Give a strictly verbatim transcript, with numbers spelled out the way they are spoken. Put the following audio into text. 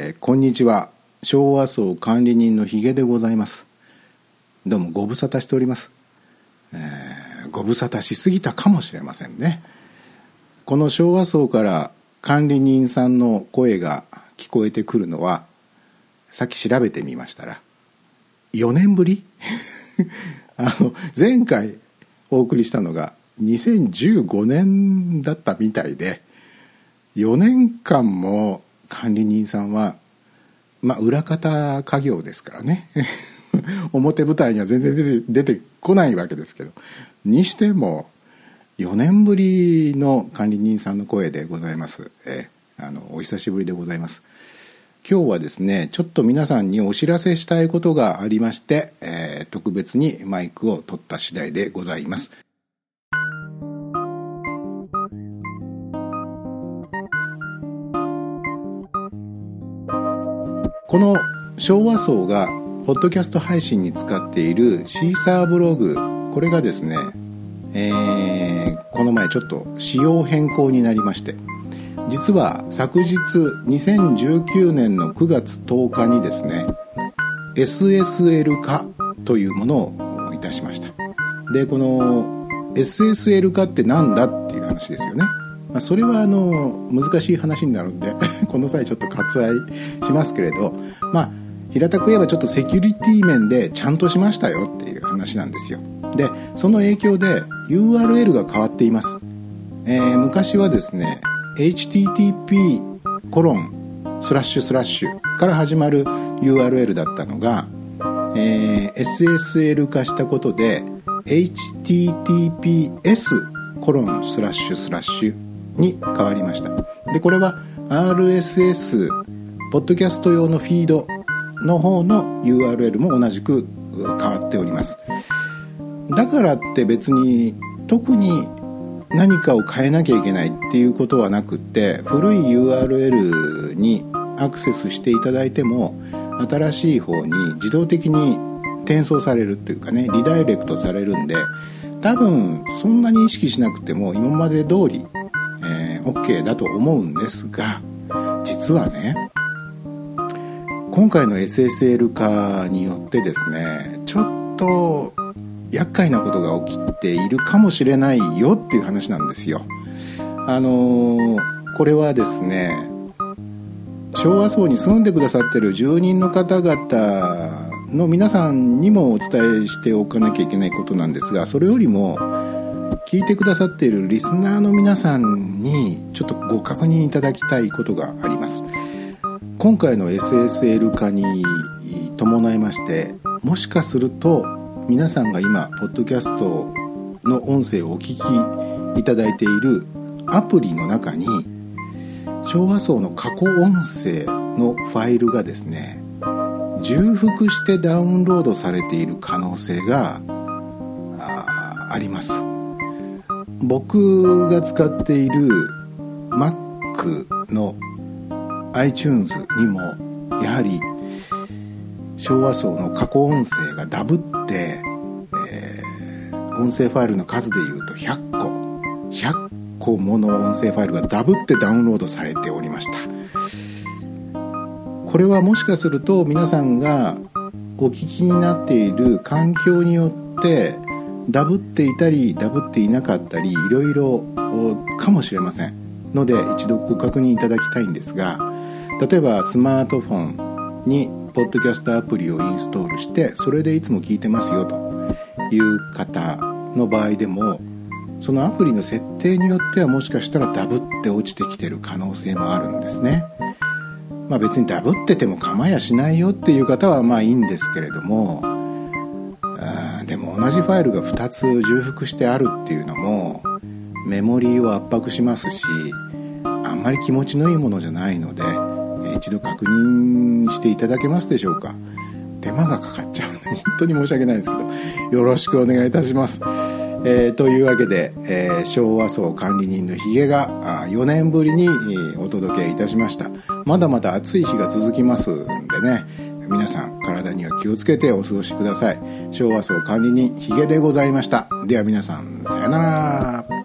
えー、こんにちは。昭和荘管理人のひげでございます。どうもご無沙汰しております、えー、ご無沙汰しすぎたかもしれませんね。この昭和荘から管理人さんの声が聞こえてくるのは、さっき調べてみましたらよねんぶりあの前回お送りしたのがにせんじゅうごねんだったみたいで、よねんかんも管理人さんは、まあ、裏方家業ですからね表舞台には全然出て、出てこないわけですけど、にしてもよねんぶりの管理人さんの声でございます。えー、あのお久しぶりでございます。今日はですね、ちょっと皆さんにお知らせしたいことがありまして、えー、特別にマイクを取った次第でございます。この昭和荘がポッドキャスト配信に使っているシーサーブログ、これがですね、えー、この前ちょっと仕様変更になりまして、実は昨日にせんじゅうきゅうねんのくがつとおかにですね エスエスエル 化というものをいたしました。で、この エスエスエル 化ってなんだっていう話ですよね。まあ、それはあの難しい話になるんでこの際ちょっと割愛しますけれど、まあ平たく言えばちょっとセキュリティ面でちゃんとしましたよっていう話なんですよ。で、その影響で ユーアールエル が変わっています。えー、昔はですね エイチティーティーピーコロンスラッシュスラッシュから始まる ユーアールエル だったのが、えー、エスエスエル 化したことで エイチティーティーピーエスコロンスラッシュスラッシュに変わりました。で、これは アールエスエス ポッドキャスト用のフィードの方の ユーアールエル も同じく変わっております。だからって別に特に何かを変えなきゃいけないっていうことはなくって、古い ユーアールエル にアクセスしていただいても新しい方に自動的に転送されるっていうかね、リダイレクトされるんで、多分そんなに意識しなくても今まで通り、えー、OK だと思うんですが、実はね、今回の エスエスエル 化によってですね、ちょっと厄介なことが起きているかもしれないよっていう話なんですよ。あのー、これはですね、昭和荘に住んでくださっている住人の方々の皆さんにもお伝えしておかなきゃいけないことなんですが、それよりも聞いてくださっているリスナーの皆さんにちょっとご確認いただきたいことがあります。今回の エスエスエル 化に伴いまして、もしかすると皆さんが今ポッドキャストの音声をお聞きいただいているアプリの中に昭和荘の過去音声のファイルがですね、重複してダウンロードされている可能性が あ, あります。僕が使っている Mac の iTunes にもやはり昭和荘の過去音声がダブって、えー、音声ファイルの数でいうとひゃっこひゃっこもの音声ファイルがダブってダウンロードされておりました。これはもしかすると皆さんがお聞きになっている環境によってダブっていたりダブっていなかったりいろいろかもしれませんので、一度ご確認いただきたいんですが、例えばスマートフォンにポッドキャストアプリをインストールしてそれでいつも聞いてますよという方の場合でも、そのアプリの設定によってはもしかしたらダブって落ちてきてる可能性もあるんですね。まあ別にダブってても構やしないよっていう方はまあいいんですけれども、あでも同じファイルがふたつ重複してあるっていうのもメモリーを圧迫しますし、あんまり気持ちのいいものじゃないので、一度確認していただけますでしょうか。手間がかかっちゃうので本当に申し訳ないんですけど、よろしくお願いいたします。えー、というわけで、えー、昭和荘管理人のひげがよねんぶりに、えー、お届けいたしました。まだまだ暑い日が続きますんでね、皆さん体には気をつけてお過ごしください。昭和荘管理人ひげでございました。では皆さん、さよなら。